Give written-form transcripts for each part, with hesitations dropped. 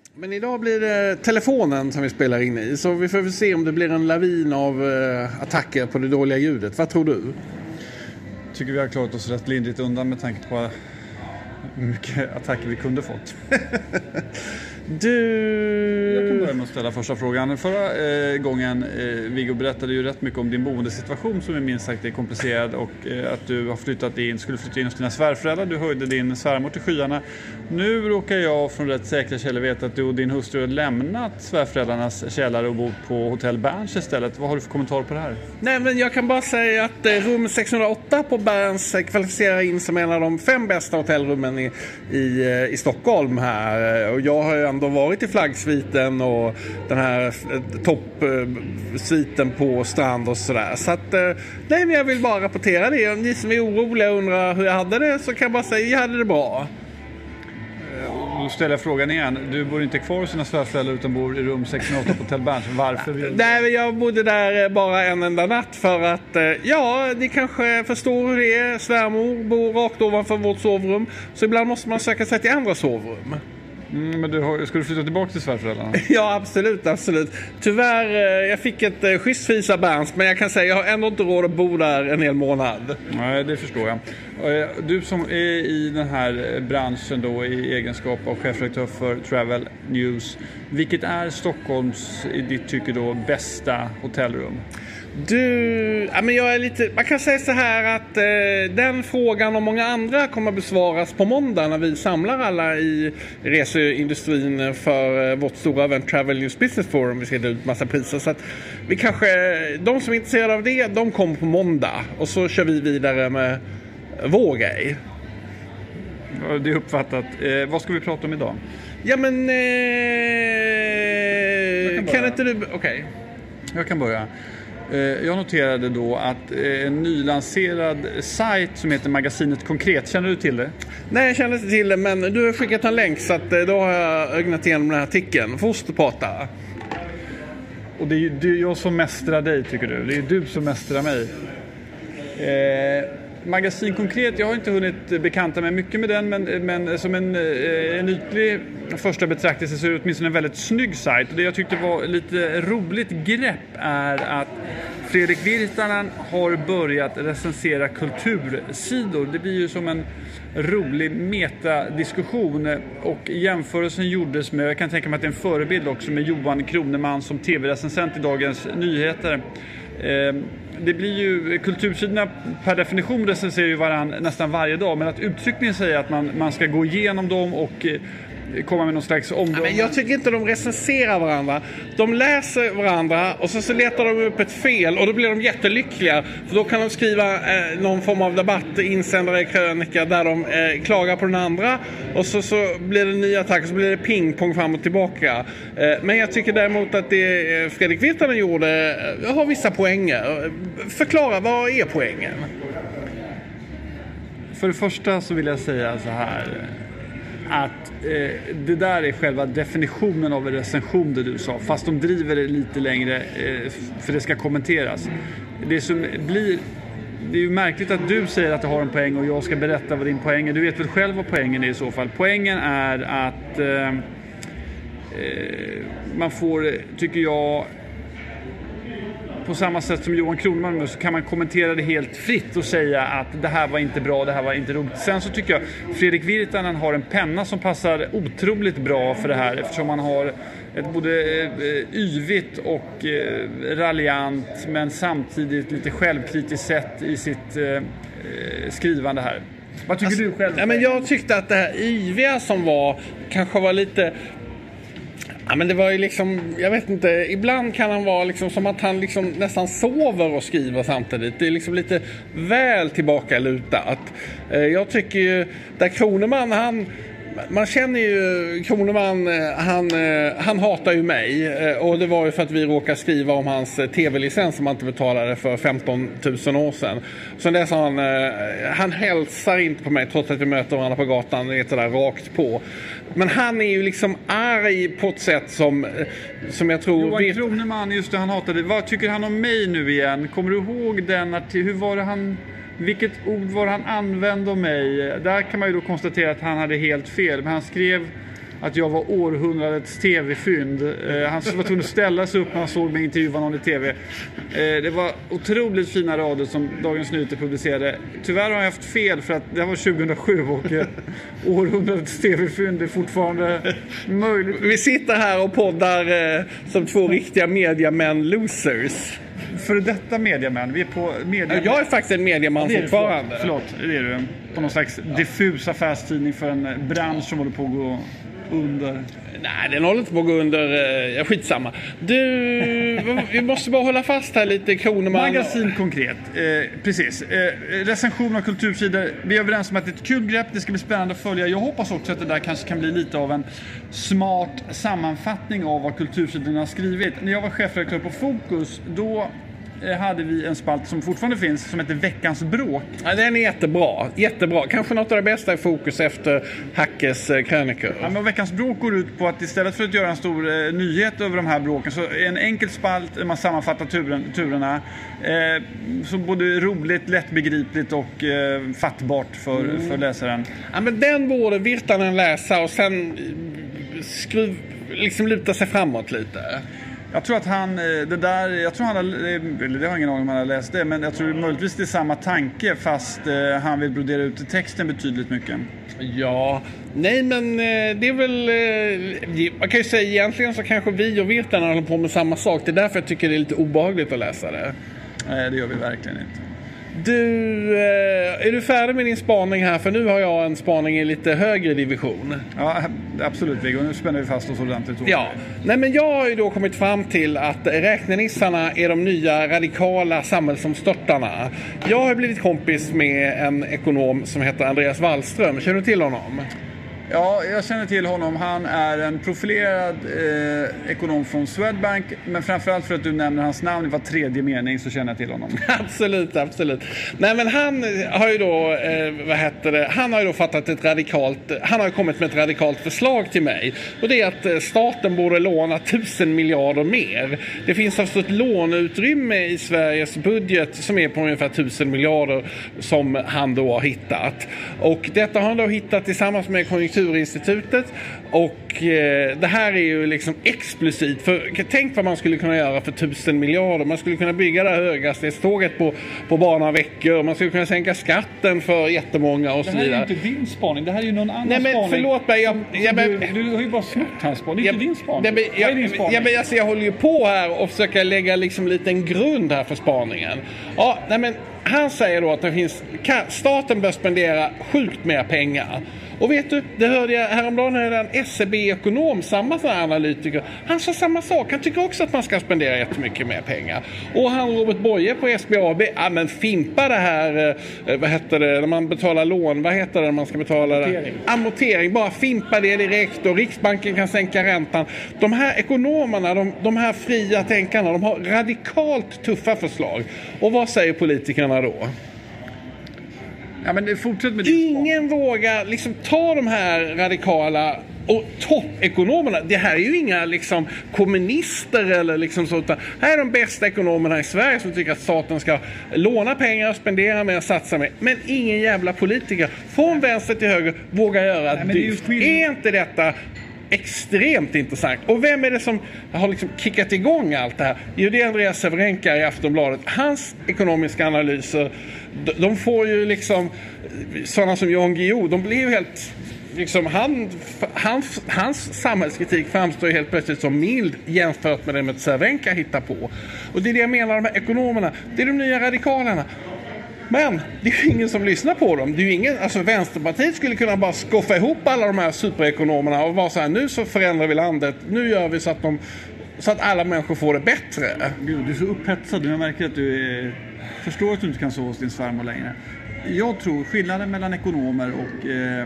Men idag blir det telefonen som vi spelar in i. Så vi får väl se om det blir en lavin av attacker på det dåliga ljudet. Vad tror du? Tycker vi har klarat oss rätt lindrigt undan med tanke på hur mycket attacker vi kunde fått. Jag kan börja med att ställa första frågan. Förra gången, Viggo, berättade ju rätt mycket om din boendesituation som är minst sagt är komplicerad och att du har skulle flytta in hos dina svärföräldrar. Du höjde din svärmor till skyarna. Nu råkar jag från rätt säkra källor veta att du och din hustru har lämnat svärföräldrarnas källare och bor på Hotell Berns istället. Vad har du för kommentar på det här? Nej, men jag kan bara säga att rum 608 på Berns kvalificerar in som en av de 5 bästa hotellrummen i Stockholm här. Och jag har ju ändå varit i flaggsviten och den här toppsviten på strand och sådär. Så att, nej, men jag vill bara rapportera det. Om ni som är oroliga och undrar hur jag hade det, så kan jag bara säga att jag hade det bra. Då ställer jag frågan igen. Du bor inte kvar hos sina svärföräldrar utan bor i rum 608 på Hotell Berns. Varför? Nej, jag bodde där bara en enda natt för att, ja, ni kanske förstår hur det är. Svärmor bor rakt ovanför vårt sovrum. Så ibland måste man söka sig till andra sovrum. Men ska du flytta tillbaka till svärföräldrarna? Ja, absolut. Tyvärr, jag fick ett schysst av Berns, men jag kan säga jag har ändå inte råd att bo där en hel månad. Nej, det förstår jag. Du som är i den här branschen då i egenskap av chefredaktör för Travel News, vilket är Stockholms, i ditt tycke då, bästa hotellrum? Men jag är lite, man kan säga så här att den frågan och många andra kommer besvaras på måndag när vi samlar alla i reseindustrin för vårt stora event Travel News Business Forum. Vi ska dela ut massa priser, så att vi kanske, de som är intresserade av det, de kommer på måndag och så kör vi vidare med vår grej. Det är uppfattat. Vad ska vi prata om idag? Ja, men kan inte du... Okej. Jag kan börja. Jag noterade då att en nylanserad sajt som heter Magasinet Konkret, känner du till det? Nej, jag känner inte till det, men du har skickat en länk så att då har jag ögnat igenom den här artikeln. Fortsätt prata. Och det är ju jag som mästrar dig, tycker du. Det är du som mästrar mig. Magasin Konkret, jag har inte hunnit bekanta mig mycket med den, men som en ytlig första betraktelse så är det åtminstone en väldigt snygg sajt. Och det jag tyckte var lite roligt grepp är att Fredrik Virtanen har börjat recensera kultursidor. Det blir ju som en rolig metadiskussion, och jämförelsen gjordes med, jag kan tänka mig att det är en förebild också, med Johan Kroneman som tv-recensent i Dagens Nyheter. Det blir ju, kultursidorna per definition recenserar ju varann nästan varje dag, men att uttryckningen säger att man ska gå igenom dem och komma med någon slags omdöme. Men jag tycker inte de recenserar varandra. De läser varandra och så letar de upp ett fel och då blir de jättelyckliga. För då kan de skriva någon form av debatt, insändare, krönika där de klagar på den andra. Och så blir det nya attacker, så blir det pingpong fram och tillbaka. Men jag tycker däremot att det Fredrik Virtanen gjorde har vissa poänger. Förklara, vad är poängen? För det första så vill jag säga så här, att det där är själva definitionen av en recension, det du sa, fast de driver det lite längre för det ska kommenteras. Det är ju märkligt att du säger att du har en poäng och jag ska berätta vad din poäng är. Du vet väl själv vad poängen är i så fall. Poängen är att man får, tycker jag, på samma sätt som Johan Kroneman, så kan man kommentera det helt fritt och säga att det här var inte bra, det här var inte roligt. Sen så tycker jag Fredrik Virtanen har en penna som passar otroligt bra för det här, eftersom han har ett både yvigt och raljant men samtidigt lite självkritiskt sätt i sitt skrivande här. Vad tycker du själv? Ja, men jag tyckte att det här yviga som var kanske var lite... Ja, men det var ju liksom, jag vet inte, ibland kan han vara liksom som att han liksom nästan sover och skriver samtidigt. Det är liksom lite väl tillbakalutat. Jag tycker ju, där Kroneman, man känner ju Kroneman, han hatar ju mig, och det var ju för att vi råkade skriva om hans tv-licens som han inte betalade för 15 000 år sedan. Så dess han hälsar inte på mig trots att vi möter varandra på gatan, det är det där rakt på. Men han är ju liksom arg på ett sätt som jag tror... Johan Kroneman, just det, han hatade. Vad tycker han om mig nu igen? Kommer du ihåg den? Hur var det han... Vilket ord var han använde om mig? Där kan man ju då konstatera att han hade helt fel. Men han skrev att jag var århundradets tv-fynd. Han var tvungen att ställa sig upp när han såg mig intervjua någon i tv. Det var otroligt fina rader som Dagens Nyheter publicerade. Tyvärr har jag haft fel för att det var 2007 och århundradets tv-fynd är fortfarande möjligt. Vi sitter här och poddar som två riktiga mediamän losers. För detta mediamän, vi är på media. Jag är faktiskt en mediaman fortfarande. Förlåt, det är du. På någon slags diffus affärstidning för en bransch som håller på att gå under. Nej, den håller inte på att gå under. Skitsamma. Du, vi måste bara hålla fast här lite. Kroneman. Magasin konkret. Precis. Recension av kultursidor. Vi är överens om att det är ett kul grepp. Det ska bli spännande att följa. Jag hoppas också att det där kanske kan bli lite av en smart sammanfattning av vad kultursidorna har skrivit. När jag var chefredaktör på Fokus, då hade vi en spalt som fortfarande finns som heter Veckans bråk. Ja, den är jättebra. Jättebra. Kanske något av det bästa i Fokus efter Hackes krönikor. Ja, men Veckans bråk går ut på att istället för att göra en stor nyhet över de här bråken så är en enkel spalt där man sammanfattar turerna. Så både roligt, lättbegripligt och fattbart för läsaren. Ja, men den borde Virtanen läsa och sen liksom luta sig framåt lite. Jag tror att det har ingen aning om han har läst det, men jag tror möjligtvis det är samma tanke fast han vill brodera ut texten betydligt mycket. Ja, nej men det är väl, man kan ju säga egentligen så kanske vi och Virtanen håller på med samma sak. Det är därför jag tycker det är lite obehagligt att läsa det. Nej, det gör vi verkligen inte. Du, är du färdig med din spaning här? För nu har jag en spaning i lite högre division. Ja, absolut Viggo. Nu spänner vi fast oss ordentligt. Ja, nej men jag har ju då kommit fram till att räknenissarna är de nya radikala samhällsomstörtarna. Jag har blivit kompis med en ekonom som heter Andreas Wallström. Känner du till honom? Ja, jag känner till honom. Han är en profilerad ekonom från Swedbank. Men framförallt för att du nämner hans namn i var tredje mening så känner jag till honom. Absolut, absolut. Nej men han har ju då, han har ju då fattat han har ju kommit med ett radikalt förslag till mig. Och det är att staten borde låna 1000 miljarder mer. Det finns alltså ett låneutrymme i Sveriges budget som är på ungefär 1000 miljarder som han då har hittat. Och detta har han då hittat tillsammans med Konjunkturinstitutet och det här är ju liksom explosivt. För tänk vad man skulle kunna göra för 1000 miljarder. Man skulle kunna bygga det här höghastighetståget på bara några veckor. Man skulle kunna sänka skatten för jättemånga och så vidare. Det här är ju inte din spaning. Det här är ju någon annan spaning. Nej men förlåt mig. Du har ju bara snott hans spaning. Det är inte din spaning. Jag håller ju på här och försöker lägga liksom lite en grund här för spaningen. Ja, nej men han säger då att staten bör spendera sjukt mer pengar. Och vet du, det hörde jag häromdagen, en SEB-ekonom, samma sån här analytiker. Han sa samma sak. Han tycker också att man ska spendera jättemycket mer pengar. Och han Robert Boye på SBAB, ja men fimpa det här, när man betalar lån, vad heter det när man ska betala det? Amortering, bara fimpa det direkt och Riksbanken kan sänka räntan. De här ekonomerna, de här fria tänkarna, de har radikalt tuffa förslag. Och vad säger politikerna då? Ja, men fortsätt med ingen vågar liksom ta de här radikala och toppekonomerna. Det här är ju inga liksom kommunister eller liksom så, utan här är de bästa ekonomerna i Sverige som tycker att staten ska låna pengar, spendera mer, satsa mer. Men ingen jävla politiker från vänster till höger vågar göra det. Är inte detta extremt intressant? Och vem är det som har liksom kickat igång allt det här? Jo, det är Andreas Severenka i Aftonbladet. Hans ekonomiska analyser, de får ju liksom sådana som Jan Guillou, de blir ju helt liksom, hans samhällskritik framstår ju helt plötsligt som mild jämfört med det med Severenka hittar på. Och det är det jag menar, de här ekonomerna, det är de nya radikalerna. Men det är ju ingen som lyssnar på dem. Det är ju ingen, alltså Vänsterpartiet skulle kunna bara skoffa ihop alla de här superekonomerna och vara så här, nu så förändrar vi landet. Nu gör vi så att alla människor får det bättre. Gud, du är så upphetsad. Jag märker att du förstår att du inte kan sova hos din svärmor längre. Jag tror skillnaden mellan ekonomer och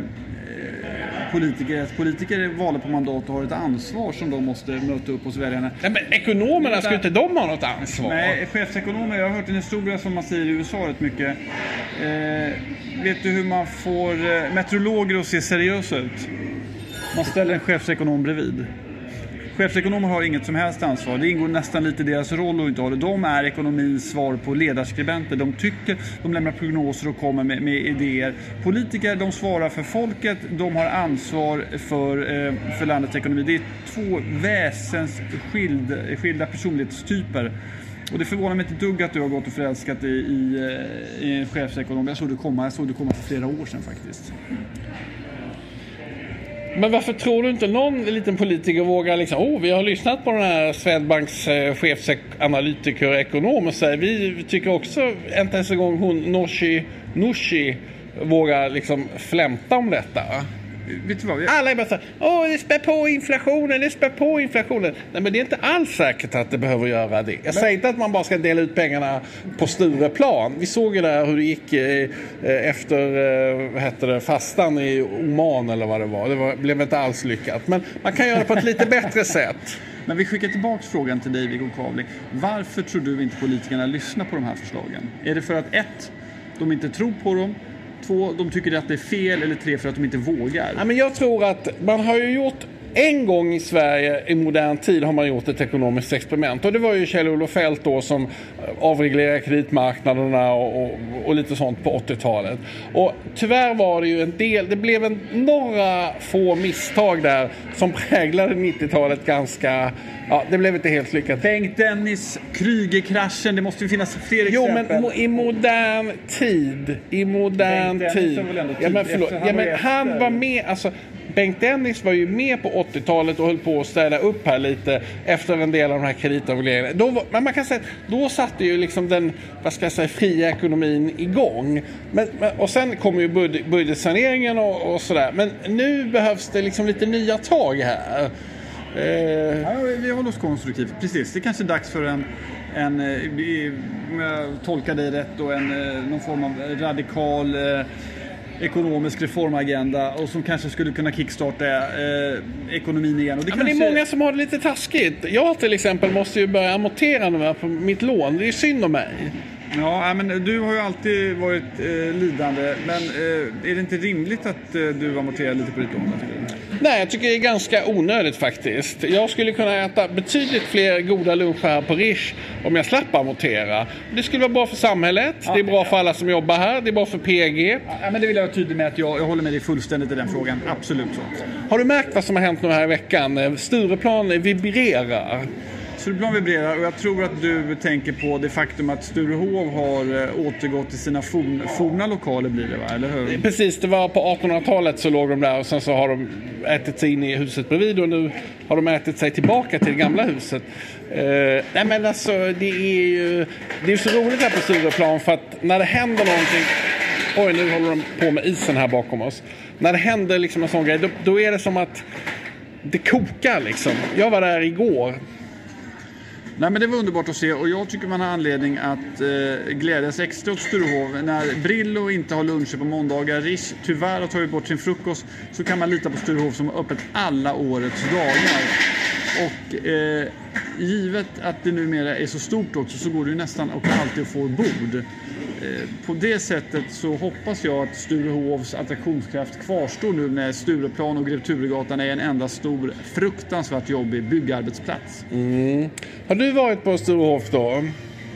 politiker är valda på mandat och har ett ansvar som de måste möta upp hos väljarna. Nej, men ekonomerna skulle inte de ha något ansvar? Nej, chefsekonomer, jag har hört en historia som man säger i USA rätt mycket. Vet du hur man får meteorologer att se seriösa ut? Man ställer en chefsekonom bredvid. chefsekonomer har inget som helst ansvar. Det ingår nästan lite i deras roll och inte ha det. De är ekonomins svar på ledarskribenter. De tycker, de lämnar prognoser och kommer med idéer. Politiker, de svarar för folket. De har ansvar för landets ekonomi. Det är två skilda personlighetstyper. Och det förvånar mig inte dugg att du har gått och förälskat i en chefsekonom. Jag såg det komma för flera år sedan faktiskt. Men varför tror du inte någon liten politiker vågar liksom, vi har lyssnat på den här Swedbanks chefsanalytiker och ekonom och säger, vi tycker också, inte ens en gång hon Nooshi vågar liksom flämta om detta. Vet du vad? Alla är bara så här, det spär på inflationen. Nej, men det är inte alls säkert att det behöver göra det. Jag säger inte att man bara ska dela ut pengarna på Stureplan. Vi såg ju där hur det gick efter fastan i Oman eller vad det var. Det blev inte alls lyckat. Men man kan göra det på ett lite bättre sätt. Men vi skickar tillbaka frågan till dig, Viggo Kavling. Varför tror du inte politikerna lyssnar på de här förslagen? Är det för att 1, de inte tror på dem? 2, de tycker att det är fel, eller 3, för att de inte vågar? Ja, men jag tror att man har ju gjort en gång i Sverige i modern tid har man gjort ett ekonomiskt experiment. Och det var ju Kjell-Olof Feldt då som avreglerade kreditmarknaderna och lite sånt på 80-talet. Och tyvärr var det ju det blev några få misstag där som präglade 90-talet ganska. Ja, det blev inte helt lyckat. Bengt Dennis, Krügerkraschen, det måste ju finnas fler exempel. Men i modern tid. Han var med, alltså Bengt Dennis var ju med på 80-talet och höll på att ställa upp här lite efter en del av de här kreditavregleringarna. Men man kan säga att då satte ju liksom den, fria ekonomin igång. Och sen kommer ju budgetsaneringen och sådär. Men nu behövs det liksom lite nya tag här. Ja, vi håller oss konstruktivt. Precis, det är kanske dags för en om jag tolkar dig rätt då, någon form av radikal ekonomisk reformagenda och som kanske skulle kunna kickstarta ekonomin igen. Och men det är många som har det lite taskigt. Jag till exempel måste ju börja amortera nu på mitt lån. Det är synd om mig. Ja, men du har ju alltid varit lidande. Men är det inte rimligt att du amorterar lite på ditt lån? Nej, jag tycker det är ganska onödigt faktiskt. Jag skulle kunna äta betydligt fler goda luncher här på Rish om jag slapp amortera. Det skulle vara bra för samhället, det är bra för alla som jobbar här, det är bra för PG. Ja, men det vill jag vara tydlig med att jag håller med dig fullständigt i den frågan, absolut så. Har du märkt vad som har hänt nu här i veckan? Stureplan vibrerar. Stureplan vibrerar och jag tror att du tänker på det faktum att Sturehov har återgått till sina forna lokaler blir det, va? Eller hur? Precis, det var på 1800-talet så låg de där och sen så har de ätit sig in i huset bredvid och nu har de ätit sig tillbaka till det gamla huset. Nej men alltså det är så roligt här på Stureplan för att när det händer någonting. Oj, nu håller de på med isen här bakom oss. När det händer liksom en sån grej då är det som att det kokar liksom. Jag var där igår. Nej, men det var underbart att se och jag tycker man har anledning att glädjas extra åt Sturehov. När Brillo inte har luncher på måndagar, Rish tyvärr har tagit bort sin frukost, så kan man lita på Sturehov som har öppet alla årets dagar. Och givet att det numera är så stort också så går det ju nästan och alltid att få bord. På det sättet så hoppas jag att Sturehovs attraktionskraft kvarstår nu när Stureplan och Grev Turegatan är en enda stor fruktansvärt jobbig byggarbetsplats. Har du varit på Sturehov då?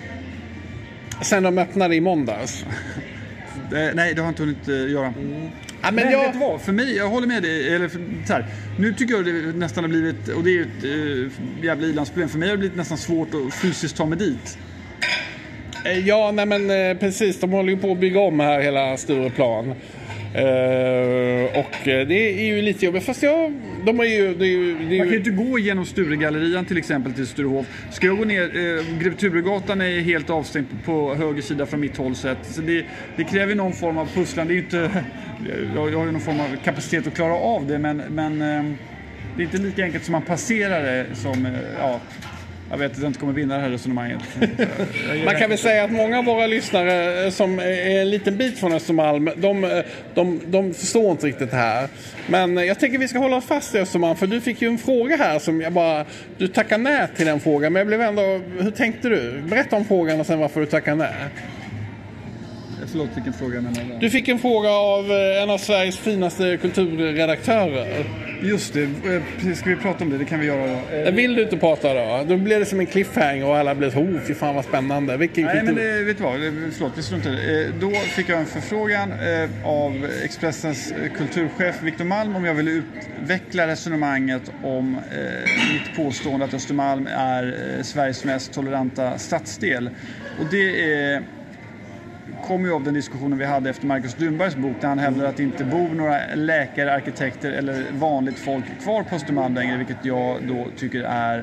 Sen de öppnade i måndags? Nej, det har jag inte hunnit göra. Ja, men vet du vad? För mig, jag håller med dig, eller så här, nu tycker jag det nästan har blivit, och det är ju ett jävla ilandsproblem, för mig har det blivit nästan svårt att fysiskt ta mig dit. Ja, nej men precis, de håller ju på att bygga om här hela Stureplan. Och det är ju lite jobbigt. Fast de är ju... Man kan ju inte gå igenom Sturegallerian till exempel till Sturehov. Ska jag gå ner... Grev Turegatan är helt avstängd på höger sida från mitt håll sett. Så det kräver någon form av pusslande. Det är ju inte... Jag har ju någon form av kapacitet att klara av det. Men det är inte lika enkelt som man passerar det som... Ja, jag vet att jag inte kommer vinna det här resonemanget. Man kan väl säga att många av våra lyssnare som är en liten bit från Östermalm, de förstår inte riktigt det här. Men jag tänker vi ska hålla oss fast i Östermalm, för du fick ju en fråga här som du tackar nej till den frågan. Men jag blev ändå, hur tänkte du? Berätta om frågan och sen varför du tackar nej. Förlåt, vilken fråga menar du? Du fick en fråga av en av Sveriges finaste kulturredaktörer. Just det, ska vi prata om det? Det kan vi göra då. Vill du inte prata då? Då blir det som en cliffhanger och alla blir så, fy fan vad spännande. Nej, men vet du vad? Förlåt, vi struntar. Då fick jag en förfrågan av Expressens kulturchef Victor Malm om jag ville utveckla resonemanget om mitt påstående att Östermalm är Sveriges mest toleranta stadsdel. Och det kommer ju av den diskussionen vi hade efter Marcus Dunbergs bok, där han hävdar att det inte bor några läkare, arkitekter eller vanligt folk kvar på Östermalm längre, vilket jag då tycker är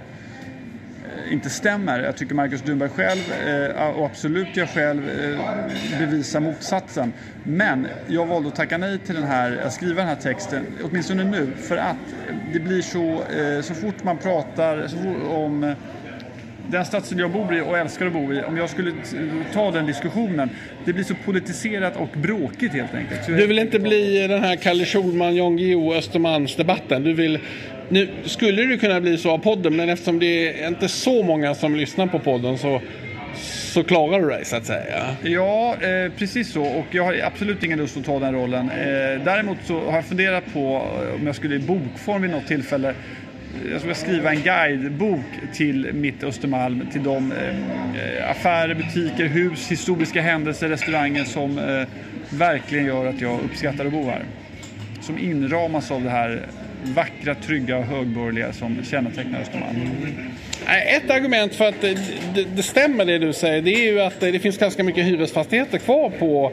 inte stämmer. Jag tycker Marcus Dunberg själv och absolut jag själv bevisar motsatsen. Men jag valde att tacka nej till att skriva den här texten, åtminstone nu, för att det blir så fort man pratar om den stadsdel jag bor i och älskar att bo i, om jag skulle ta den diskussionen, det blir så politiserat och bråkigt helt enkelt. Du vill inte bli den här Kalle Schulman, Jan Guillou, Östermalmsdebatten. Nu skulle du kunna bli så av podden, men eftersom det är inte så många som lyssnar på podden så klarar du dig så att säga. Ja, precis så. Och jag har absolut ingen lust att ta den rollen. Däremot så har jag funderat på om jag skulle i bokform vid något tillfälle. Jag ska skriva en guidebok till mitt Östermalm, till de affärer, butiker, hus, historiska händelser, restauranger som verkligen gör att jag uppskattar att bo här. Som inramas av det här vackra, trygga och högborgerliga som kännetecknar Östermalm. Ett argument för att det stämmer det du säger, det är ju att det finns ganska mycket hyresfastigheter kvar på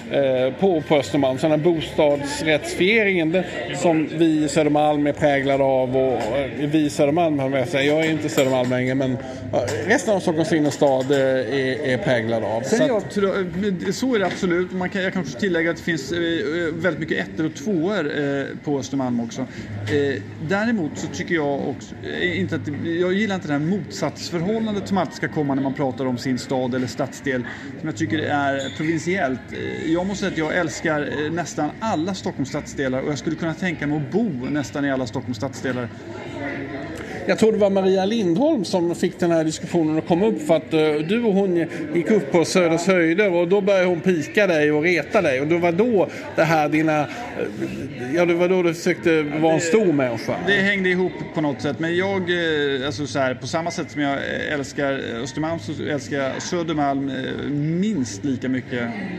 Östermalm. Sådana bostadsrättsfieringen som vi i Södermalm är präglade av, och vi i Södermalm har med sig. Jag är inte Södermalm längre, men resten av Stockholms innerstad är präglad av. Så är det absolut. Jag kan också tillägga att det finns väldigt mycket ettor och tvåor på Östermalm också. Däremot så tycker jag också inte att jag gillar inte det här motsatsförhållandet som alltid ska komma när man pratar om sin stad eller stadsdel, som jag tycker är provinsiellt. Jag måste säga att jag älskar nästan alla Stockholms stadsdelar, och jag skulle kunna tänka mig att bo nästan i alla Stockholms stadsdelar. Jag tror det var Maria Lindholm som fick den här diskussionen att komma upp, för att du och hon gick upp på Söders höjder, och då började hon pika dig och reta dig, och då var då det här det var då du försökte vara en stor människa. Det hängde ihop på något sätt, men jag alltså så här, på samma sätt som jag älskar Östermalm så älskar jag Södermalm minst lika mycket.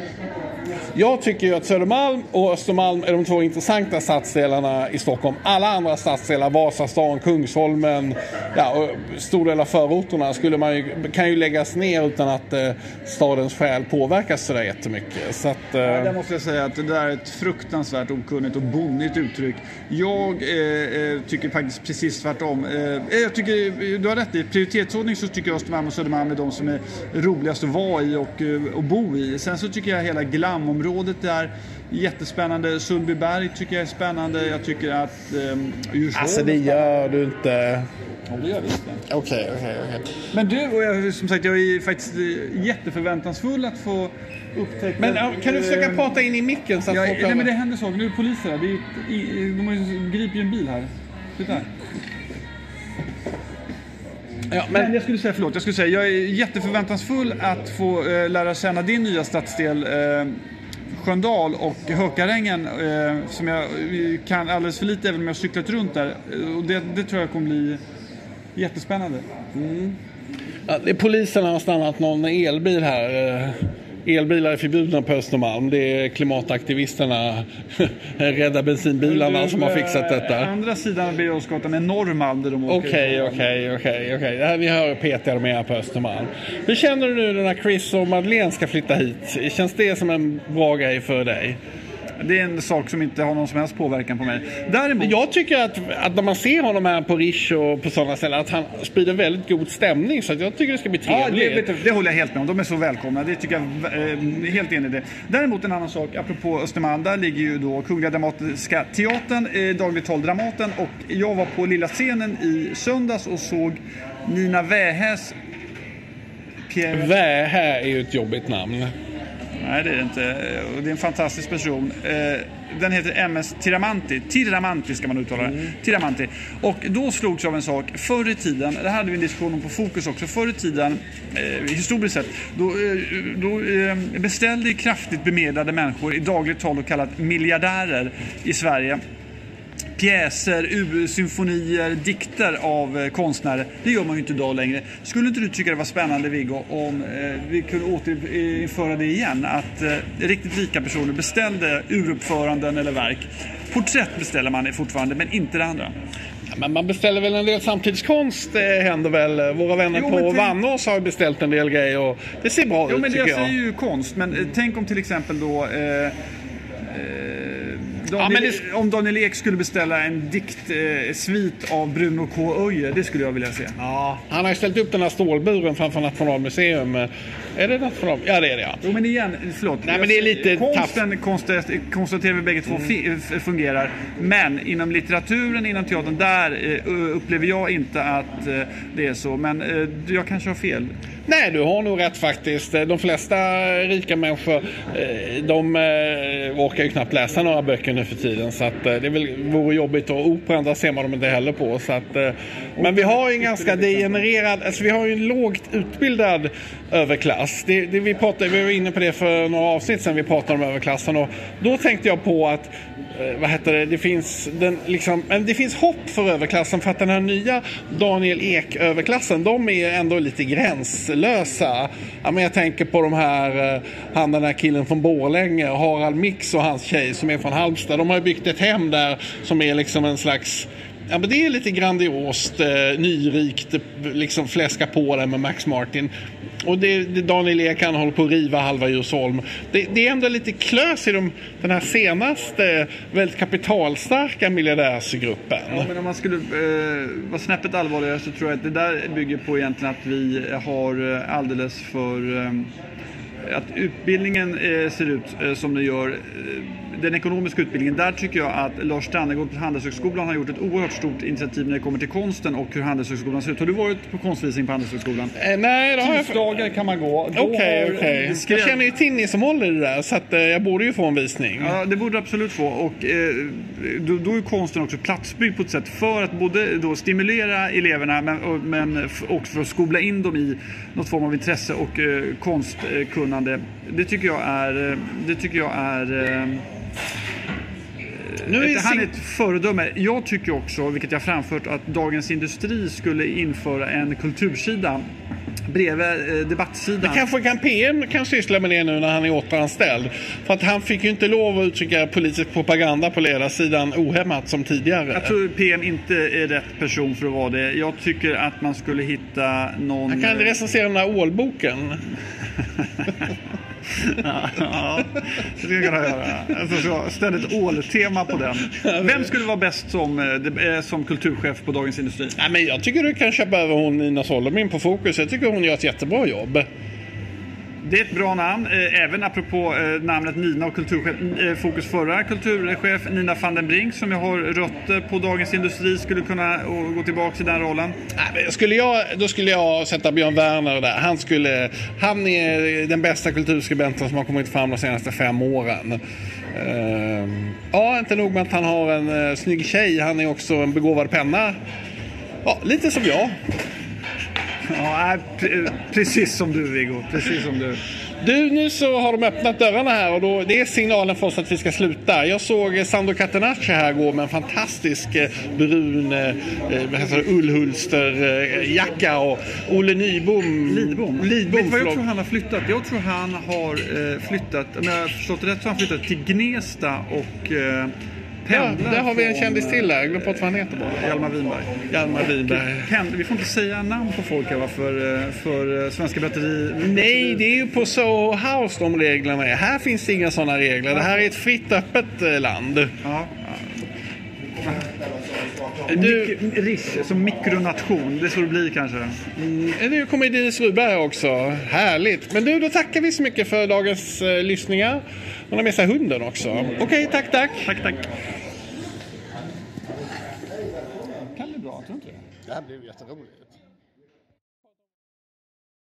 Jag tycker ju att Södermalm och Östermalm är de två intressanta stadsdelarna i Stockholm. Alla andra stadsdelar, Vasastan, Kungsholmen, och stor del av förorterna kan ju läggas ner utan att stadens själ påverkas sådär jättemycket. Så att, där måste jag säga att det där är ett fruktansvärt okunnigt och bonnigt uttryck. Jag tycker faktiskt precis tvärtom. Jag tycker, du har rätt, i prioritetsordning så tycker jag Östermalm och Södermalm är de som är roligast att vara i och bo i. Sen så tycker jag hela glamområdet är jättespännande. Sundbyberg tycker jag är spännande. Jag tycker att Djursholm... Alltså det gör du inte... Ja, det gör vi inte. Okej. Men du, och jag, som sagt, jag är faktiskt jätteförväntansfull att få upptäcka... Men kan du försöka prata in i micken så att folk... Nej, men det händer saker. Nu är det poliser här. De har gripit en bil här. Titta här. Ja, men jag skulle säga, jag är jätteförväntansfull att få lära känna din nya stadsdel Sköndal och Hökarängen, som jag kan alldeles för lite även om jag har cyklat runt där, och det tror jag kommer bli jättespännande. Ja, polisen har stannat någon elbil här. Elbilar är förbjudna på Östermalm. Det är klimataktivisterna, Rädda bensinbilarna, som har fixat detta. Andra sidan av Birger Jarlsgatan är Norrmalm där de åker. Okej. Det här vi hör Peter med på Östermalm. Hur känner du nu när Chris och Madeleine ska flytta hit? Känns det som en bra grej för dig? Det är en sak som inte har någon som helst påverkan på mig. Däremot... Jag tycker att när man ser honom här på Rish och på sådana ställen, att han sprider väldigt god stämning, så att jag tycker det ska bli trevligt. Ja, det håller jag helt med om. De är så välkomna. Det tycker jag helt enig i det. Däremot en annan sak, apropå Östermalm, där ligger ju då Kungliga Dramatiska Teatern, dagligt tal Dramaten, och jag var på lilla scenen i söndags och såg Nina Wähäs Wähä är ju ett jobbigt namn. Nej, det är det inte. Det är en fantastisk person. Den heter MS Tiramanti ska man uttala det. Tiramanti. Och då slogs jag av en sak. Förr i tiden, det hade vi en diskussion om på Fokus också. Förr i tiden, historiskt sett, då beställde kraftigt bemedlade människor, i dagligt tal och kallat miljardärer i Sverige, pjäser, symfonier, dikter av konstnärer. Det gör man ju inte idag längre. Skulle inte du tycka det var spännande, Viggo, om vi kunde återinföra det igen? Att riktigt rika personer beställde uruppföranden eller verk. Porträtt beställer man fortfarande, men inte det andra. Men man beställer väl en del samtidskonst, det händer väl. Våra vänner på Vannås har beställt en del grejer och det ser bra ut, men tycker jag. Det är ju konst, men tänk om till exempel då om Daniel Ek skulle beställa en diktsvit av Bruno K. Öijer, det skulle jag vilja se. Ja, han har ju ställt upp den här stålburen framför Nationalmuseum. Är det National? Ja, det är det, ja. Jo, men igen, förlåt. Nej, men det är lite konstaterar vi bägge två fungerar. Men inom litteraturen, inom teatern, där upplever jag inte att det är så. Men jag kanske har fel. Nej, du har nog rätt faktiskt. De flesta rika människor, de orkar ju knappt läsa några böcker nu för tiden. Så att det vore jobbigt, och operan, där ser man dem inte heller på. Så att, men vi har ju en ganska degenererad, alltså vi har ju en lågt utbildad överklass. Vi var inne på det för några avsnitt sedan, vi pratade om överklassen. Och då tänkte jag på att det finns hopp för överklassen, för att den här nya Daniel Ek-överklassen, de är ändå lite gränslösa. Ja, men jag tänker på den här killen från Borlänge, Harald Mix, och hans tjej som är från Halmstad. De har ju byggt ett hem där som är liksom en slags... Ja, men det är lite grandiost, nyrikt, liksom fläska på det med Max Martin. Och det Daniel Ek, han håller på att riva halva Djursholm. Det är ändå lite klös i den här senaste väldigt kapitalstarka miljardärsgruppen. Ja, men om man skulle vara snäppet allvarligare, så tror jag att det där bygger på egentligen att vi har alldeles för... att utbildningen ser ut som det gör, den ekonomiska utbildningen, där tycker jag att Lars Strannegård på Handelshögskolan har gjort ett oerhört stort initiativ när det kommer till konsten och hur Handelshögskolan ser ut. Har du varit på konstvisning på Handelshögskolan? Nej, det har jag. Tisdagar kan man gå. Okej. Jag känner ju Tinni som håller det där, så att jag borde ju få en visning. Ja, det borde du absolut få. Och då är konsten också platsbyggd på ett sätt för att både då stimulera eleverna men också för att skola in dem i något form av intresse och konstkunnande. Det tycker jag är han är ett föredöme. Jag tycker också, vilket jag framfört, att Dagens Industri skulle införa en kultursida bredvid debattsidan. Det kanske PM kan syssla med det nu när han är återanställd. För att han fick ju inte lov att uttrycka politisk propaganda på ledarsidan ohämmat som tidigare. Jag tror PM inte är rätt person för att vara det. Jag tycker att man skulle hitta någon... Han kan recensera den här ålboken. Ja, det ska jag kunna göra. Alltså, ställ ett åltema på den. Vem skulle vara bäst som kulturchef på Dagens Industri? Ja, men jag tycker du kan köpa över hon Nina Solomon på Fokus. Jag tycker hon gör ett jättebra jobb. Det är ett bra namn, även apropå namnet Nina och kulturchef. Fokus förra kulturchef Nina van den Brink, som jag har rötter på Dagens Industri, skulle kunna gå tillbaka till den rollen. Då skulle jag sätta Björn Werner där. Han är den bästa kulturskribenten som har kommit fram de senaste 5 åren. Inte nog med att han har en snygg tjej, han är också en begåvad penna. Ja, lite som jag. Ja, precis som du, Viggo. Precis som du. Du, nu så har de öppnat dörrarna här och det är signalen för oss att vi ska sluta. Jag såg Sandro Catenacci här gå med en fantastisk brun ullhulsterjacka och Olle Lidbom. Vet vad jag tror han har flyttat? Jag tror han har flyttat, om jag har förstått rätt, så har han flyttat till Gnesta och... Ja, där har vi en kändis till här. Jag glömde på vad han heter bara. Hjalmar Winberg. Vi får inte säga namn på folk här för Svenska Batteri. Nej, det är ju på Soho House de reglerna är. Här finns det inga sådana regler. Det här är ett fritt öppet land. Ja. Rish som mikronation, det ska det bli kanske. Nu kommer Dennis Rudberg också. Härligt. Men du, då tackar vi så mycket för dagens lyssningar. Hon har med sig hunden också. Okej, tack. Tack. Kan bli bra, tror inte det? Det här blir jätteroligt.